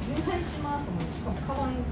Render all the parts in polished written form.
お願いします。もうしかもカバン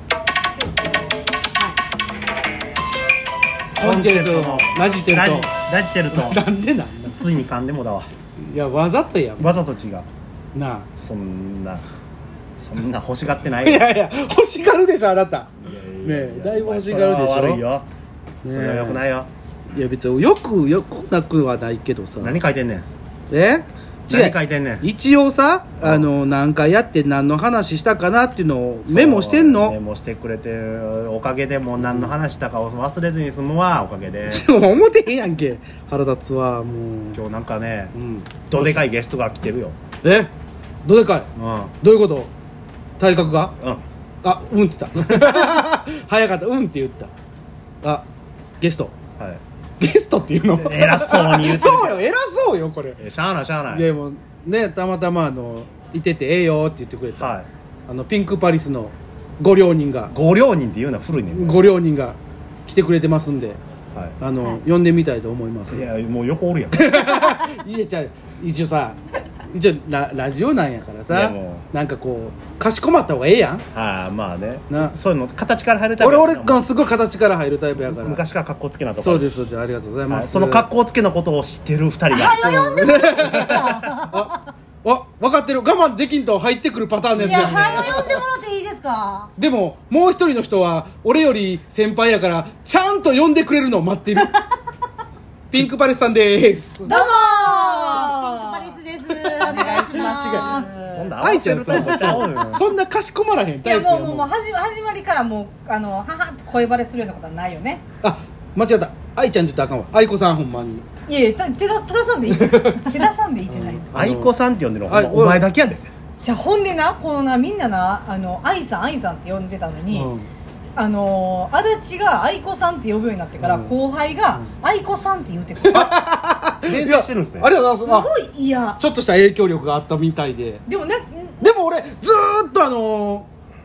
コンチェルトのラジテルトラジテルトなんでなんだついに噛んでもだわ。 いやわざとやんわざと違う。 なあそんな欲しがってないよ。 いやいや欲しがるでしょあなた。 いやねえだいぶ欲しがるでしょ。 それは悪いよ。 ねえそれは良くないよ。 いや別によくなくはないけどさ。 何書いてんねん。 え何書いてんねん。 一応さ何回やって何の話したかなっていうのをメモしてんの。 メモしてくれてるおかげでもう何の話したかを忘れずに済むわ。おかげで思ってへんやんけ。腹立つわもう。 今日なんかね、 うんどでかいゲストが来てるよ。 どでかい。 うんどういうこと。体格がうんうんって言った早かったうんって言ったゲストはいゲストっていうの偉そうに言ってるそうよ偉そうよこれ。 しゃあないしゃあない。 でもねたまたまいててええよって言ってくれた、 はいピンクパリスのご両人がご両人っていうのは古いねん。 ご両人が来てくれてますんでは呼んでみたいと思います。 いやもう横おるやん。 いやじゃあ一応ラジオなんやからいやさもなんかこうかしこまった方がええやん。 まあねなそういうの形から入るタイプ。 俺がすごい形から入るタイプやから。 昔から格好つけなとこそうですそうですありがとうございます、 その格好つけのことを知ってる二人が呼んでもらっていいですか。 分かってる我慢できんと入ってくるパターンのやついややん。 呼んでもらっていいですか。 でももう一人の人は俺より先輩やからちゃんと呼んでくれるのを待ってるピンクパリスさんです。 どうもピンクパリスです。お願いします。 そんな合わせるタイプちゃうよ。 そんなかしこまらへんいやタイプやもう始まりからもうはって声バレするようなことはないよね。 間違った愛ちゃんって言ったらあかんわ。愛子さんほんまに。 いやいや手出さんでいい手出さんでいいってない。 愛子さんって呼んでるのお前だけやで。 じゃあほんでなこのなみんなな愛さんって呼んでたのに、足立が愛子さんって呼ぶようになってから、後輩が愛子さんって言うてくる。 練習してるんですね。 ありがとうごすざいます。 ごい嫌。 ちょっとした影響力があったみたいで。 でもねでも俺ずーっと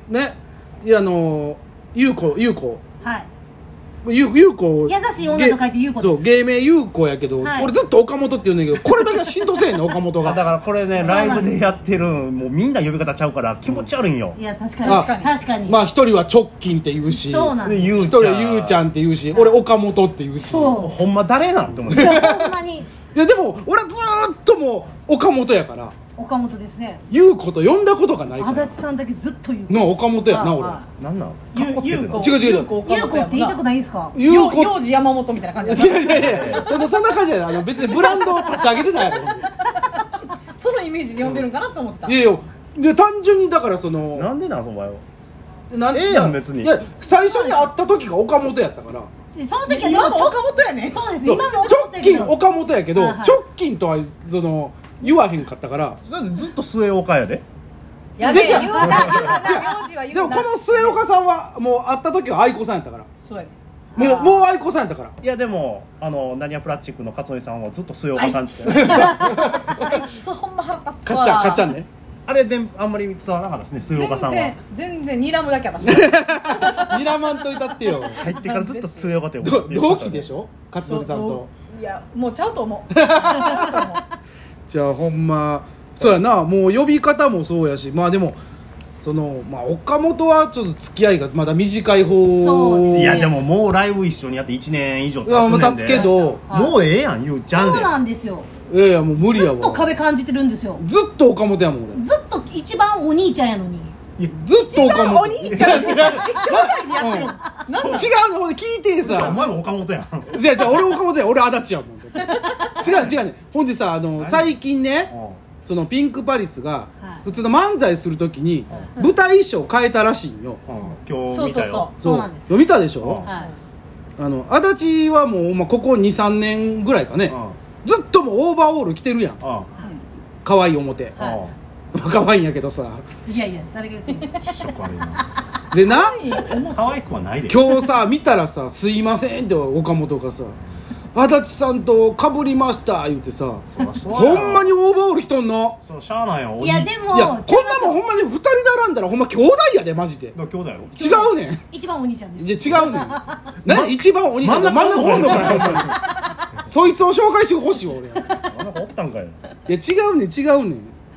優子はい優子優しい女と書いて優子です。 そう芸名優子やけど、 はい俺ずっと岡本って言うんだけどこれだけは浸透せえんの岡本だが。 からこれねライブでやってるもうみんな呼び方ちゃうから気持ち悪いんよ。 いや確かにまあ一人は直近って言うし、 そうなんです。 ゆ一人はゆうちゃんって言うし、俺岡本って言うし。 そうほんま誰なんて思って。 ほんまにいやでも俺はずーっともう岡本やから岡本ですね。 優子と呼んだことがないから。 足立さんだけずっと言う。 な岡本やな俺。 なんなん。 優子違う優子って言いたくないんですか。 優子幼児山本みたいな感じ。 いやそんな感じじゃない。別にブランドを立ち上げてないやろ。 そのイメージで呼んでるんかなと思ってた。 いやいやで単純にだからなんでなんその前は。 なんええやん別に。 いや最初に会った時が岡本やったから。 その時は今も岡本やね。そうです今も岡本直近岡本やけど、 はいはい直近とは言わへんかったから。 ずっと末岡やで。 やべえで言うな名字は言うな。 でもこの末岡さんはもう会った時は愛子さんやったから。 そうやね。 もう愛子さんやったから。 いやでも何やプラスチックの勝則さんはずっと末岡さんって。 あいつほんま腹立つわ。 かっちゃんね。 あれであんまり伝わらなかったですね末岡さんは。 全然睨むだけ私。 ニラマンといたってよ。 入ってからずっと末岡って同期でしょ勝則さんと。 いやもうちゃうと思う。 じゃあほんまそうやな。もう呼び方もそうやし、まあでも岡本はちょっと付き合いがまだ短い方。 そうですねいやでももうライブ一緒にやって1年以上経つねんで。 経つけどもうええやんゆうちゃんで。 そうなんですよ。 いやもう無理やわ。 ずっと壁感じてるんですよ。 ずっと岡本やもん俺。 ずっと一番お兄ちゃんやのに。 いやずっと岡本。 一番お兄ちゃん兄弟でやってる。 違うのほんで聞いてさ。 お前も岡本やん。 じゃあ俺岡本や俺足立やもん。違うね。ほんでさ最近ねそのピンクパリスが普通の漫才するときに舞台衣装変えたらしいんよ。 今日見たよ。 そうなんですよ。 見たでしょ。 はい足立はもうここ 2,3 年ぐらいかねずっともうオーバーオール着てるやん。可愛い表可愛いんやけどさ。 いやいや誰が言ってんの。 気色悪いな。 でな可愛くはないで。 今日さ見たらさ「すいません」って岡本がさ「足立さんと被りました」言うてさほんまにオーバーオール着とんの。 そうしゃあないよ。 いやでもいやこんなもんほんまに2人並んだらほんま兄弟やでマジで。 兄弟やろ。 違うねん。 一番お兄ちゃんです。 いや違うねん。何一番お兄ちゃんの真ん中おんのかよ。そいつを紹介してほしいわ俺。 あの子おったんかよ。 いや違うねん。 い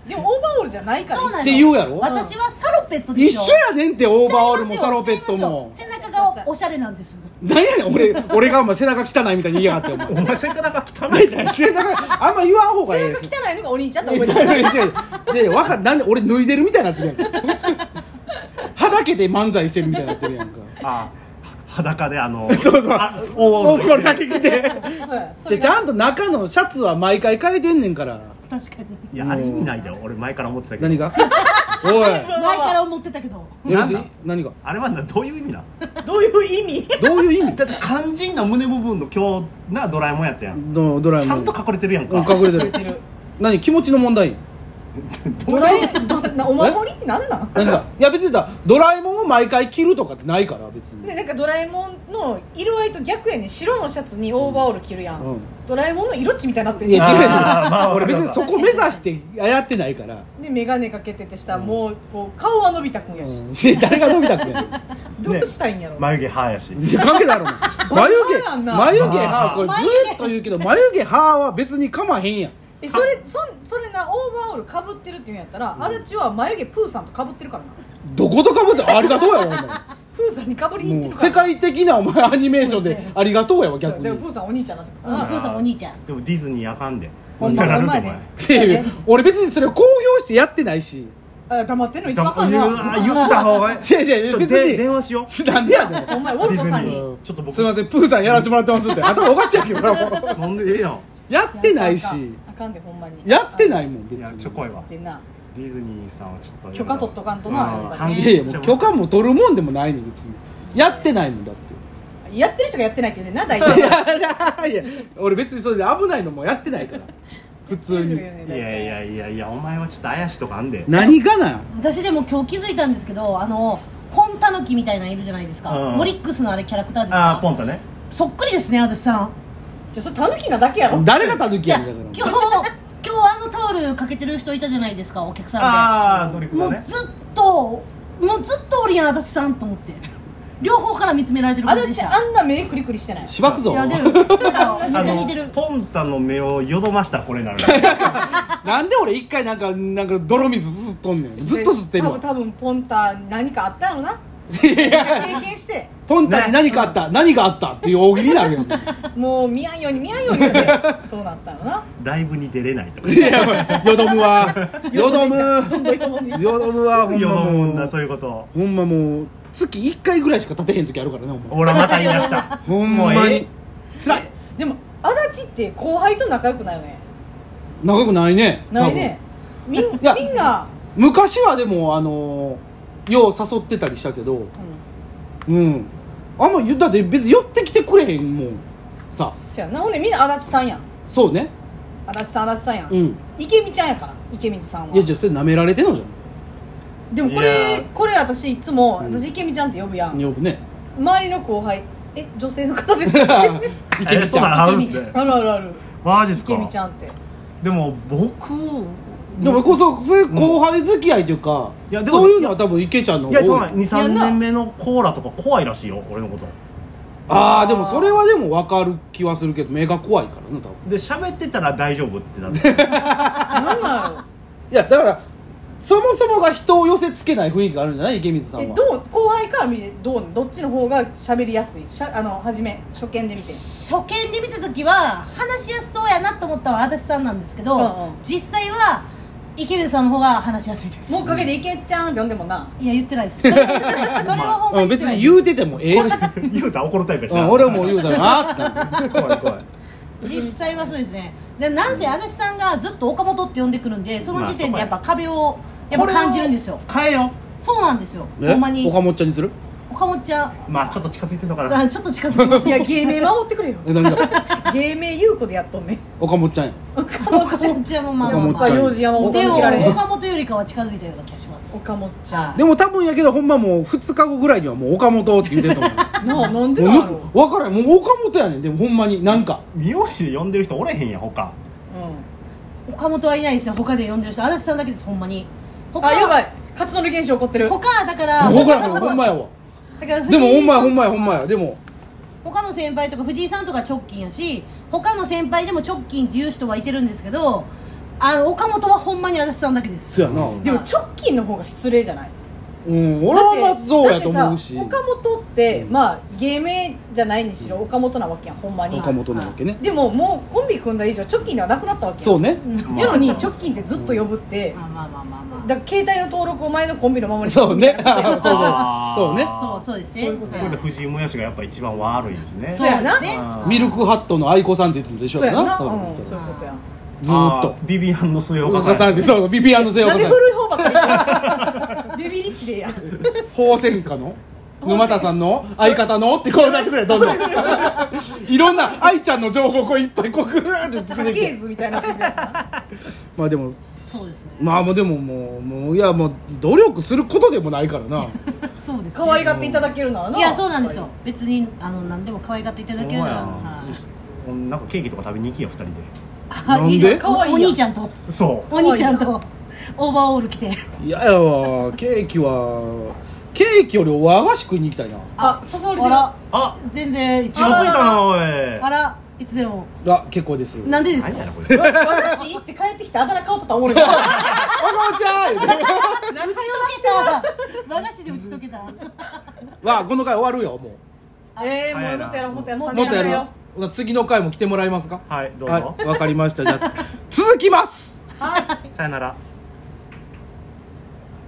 でもオーバーオールじゃないからって言うやろ。 私はサロペットで一すよ。 緒やねんって、オーバーオールもサロペットも。 背中がおしゃれなんです。 何やねん、俺がお前背中汚いみたいに言いやがって、お前。 お前背中汚いね。 背中あんま言わん方がいいです。 背中汚いのがお兄ちゃんと覚えてる。 わかんなんで俺脱いでるみたいになってるやんか。はだけて漫才してるみたいになってるやんか。 あ、裸でそうそう。 お風呂だけ着て。 そうやちゃんと中のシャツは毎回変えてんねんから。 確かに。 いや、あれ意味ないで、俺前から思ってたけど。 何がおい。 前から思ってたけど。 何があれはどういう意味などういう意味？ どういう意味だって肝心な胸部分の今日なドラえもんやったやん。 ドラえもんちゃんと隠れてるやんか。 隠れてる。何気持ちの問題？ ドラえお守りなんなん？ 何がいや別にドラえもんを毎回着るとかってないから別に。 でなんかドラえもんの色合いと逆やねん。白のシャツにオーバーオール着るやん。ドラえもんの色地みたいになってんねん。 いや違うまあ俺別にそこ目指してやってないから。 で眼鏡かけててしたらもうこう顔はのび太くんやし。 誰が伸びたくんやどうしたいんやろ。 眉毛歯やし。 関係ないろ眉毛眉毛歯これず眉毛ーっと言うけど眉毛歯は別にかまへんやん。 それなオーバーオールかぶってるっていうんやったら、足立は眉毛プーさんとかぶってるからな。 どことかぶってありがとうやわお前。 プーさんにかぶりに行ってもうるから。 世界的なお前アニメーションでありがとうやわ逆に。 でもプーさんお兄ちゃんになってるからプーさんお兄ちゃん。 でもディズニーあかんで。 ほんまなるほんまやとお前で。 いやいや俺別にそれを公表してやってないし。 黙ってんの一番あかん言うな。 言うた方がいい。 違う別に電話しよう。 なんでやねん。 お前ウォルトさんにちょっと僕すいませんプーさんやらせてもらってますって頭おかしいやけどなもうなんでええやん。 やってないしあかんでほんまにやってないもん別いやに。 怖いわ。 でなディズニーさんはちょっと許可取っとかんとな。 うんいやいやもう許可も取るもんでもないね別に。やってないもんだってやってる人がやってないって言うねんな大体。 いやいや俺別にそれで危ないのもやってないから普通に。 いやお前はちょっと怪しいとかあんで。 何がな私でも今日気づいたんですけど、ポンタヌキみたいなのいるじゃないですか。モリックスのあれキャラクターですか。 ポンタね。 そっくりですね、足立さん。 じゃあそれタヌキなだけやろ。 誰がタヌキじゃあやねんだから今日タオルかけてる人いたじゃないですか、お客さんで。 ドリフさんね。 ずっとおるやん足立さんと思って。両方から見つめられてるあ感じでした。 あんな目クリクリしてない。 しばくぞいやでもなんかめっちゃ似てる。 ポンタの目をよどましたこれなる。 なんで俺一回なんか泥水すすっとんねんずっとすってんの。 多分ポンタ何かあったやろな。 いや経験してポンタに何かあった何があったっていう大喜利になるよもう見やんようにってそうなったのな。 ライブに出れないとか。 いやよどむわよどむわほんよどむんだまもそういうこと。 うほんまもう月1回ぐらいしか立てへん時あるからねお前。 俺また言い出した。 ほんまにつらい。 でも足立って後輩と仲良くないよね。 長くないねないね。みんな昔はでもよう誘ってたりしたけどうんあんまだって別に寄ってきてくれへんもんさ。 そやな。ほんでみんな足立さんやん。 そうね。 足立さんやん。 うん池美ちゃんやから池水さんは。 いやじゃあそれ舐められてんのじでもこいやれ私いつも私池美ちゃんって呼ぶやん。 ゃんよくね周りの後輩女性の方ですか？ 池見ちそうなのゃんあるんですね。 あるあるある。 マジっすか池。美ちゃんって。 でも僕でもそういう後輩付き合いというか、 いやでもそういうのは多分池ちゃんのいやそんな多い。 23年目のコーラとか怖いらしいよ俺のことああでもそれはでも分かる気はするけど目が怖いからな多分。 で喋ってたら大丈夫ってなってなんなんやろ。 いやだからそもそもが人を寄せつけない雰囲気があるんじゃない池水さんは。 後輩から見てどっちの方が喋りやすい初見で見て。 初見で見た時は話しやすそうやなと思ったのは足立さんなんですけど、 うんうん実際は池水さんの方が話しやすいです。 もうかけて池ちゃんって呼んでもな。 いや言ってないです。それはほんまうんに言ってないです。 別に言うててもええし、 言うたら怒るタイプやしう、 なん俺はもう言うたらあーってなる。 怖い怖い。 実際はそうですね。でなんせ足立さんがずっと岡本って呼んでくるんで、その時点でやっぱ壁をやっぱ感じるんですよ。 変えよそうなんですよ。 えほんまに岡本ちゃんにする？ 岡本ちゃんう。まあちょっと近づいてんのかな。 ちょっと近づきました。 いや芸名守ってくれよ。 何が芸名優子でやっとんね。 岡本ちゃんや。 岡本ちゃんもまあまあまあ岡本ちゃん幼児山本でも抜けられへん。 岡本よりかは近づいたような気がします。 岡本ちゃん。 でも多分やけどほんまもう2日後ぐらいにはもう岡本って言うてると思う。 なんでなんやろ。 分からんもう岡本やねんでもほんまになんか名字で呼んでる人おれへんやん他。 岡本はいないですよ。他で呼んでる人足立さんだけですほんまに。他やばい。活動の現象起こってる。 他だから僕らほんまやわ。 だからでもほんまやほんままやほんまやでも他の先輩とか藤井さんとか直近やし、他の先輩でも直近っていう人はいてるんですけど、 岡本はほんまに足立さんだけです。 そうやな。 でも直近の方が失礼じゃない？ うん、俺はまあそうやと思うし。 だってさ岡本ってまあ芸名じゃないにしろ岡本なわけやん、ほんまに。 岡本なわけね。 でももうコンビ組んだ以上直近ではなくなったわけやん。 そうね。 やのに直近ってずっと呼ぶって、 まあだから携帯の登録を前のコンビのままにそうね。そうそうあーそうね。 そうですね。 そういうことやこれで藤井もやしがやっぱ一番悪いですね。 そうやな。 ね。 ミルクハットの愛子さんって言ってるでしょそうやな。 多分うん、そういうことや。 ずーっとビビアンの末岡岡さんってそうビビアンの末岡さんなんで古い方ばっかり言ってるビビリチでや。 宝泉家の沼田さんの相方のってこうなってくれどんどんいろんな愛ちゃんの情報をこういっぱいこうグーってつけて家系図みたいな感じやつな。 まあでもそうですね。 まあもうでももういやもう努力することでもないからなそうですね。 可愛がっていただけるならな。 いやそうなんですよ。別に何でも可愛がっていただけるなら。 なんかケーキとか食べに行きや2人で。 なんで可愛いやんお兄ちゃんとそうお兄ちゃんとオーバーオール着て。 いややわケーキより和菓子食いに行きたいな誘われてる。 あらあ全然血がついたなおい。 あらいつでも。 結構ですなんでですか。 何やなこれ。 私行って帰ってきてあだ名変わったと思うよ。 お母ちゃん言うて打ち解けた。和菓子で打ち解けた。 わこの回終わるよももうもっとやろうもっとやろう。 うもっとやるよ次の回も来てもらえますかはいどうぞ。 はいわかりましたじゃあ続きますさよなら。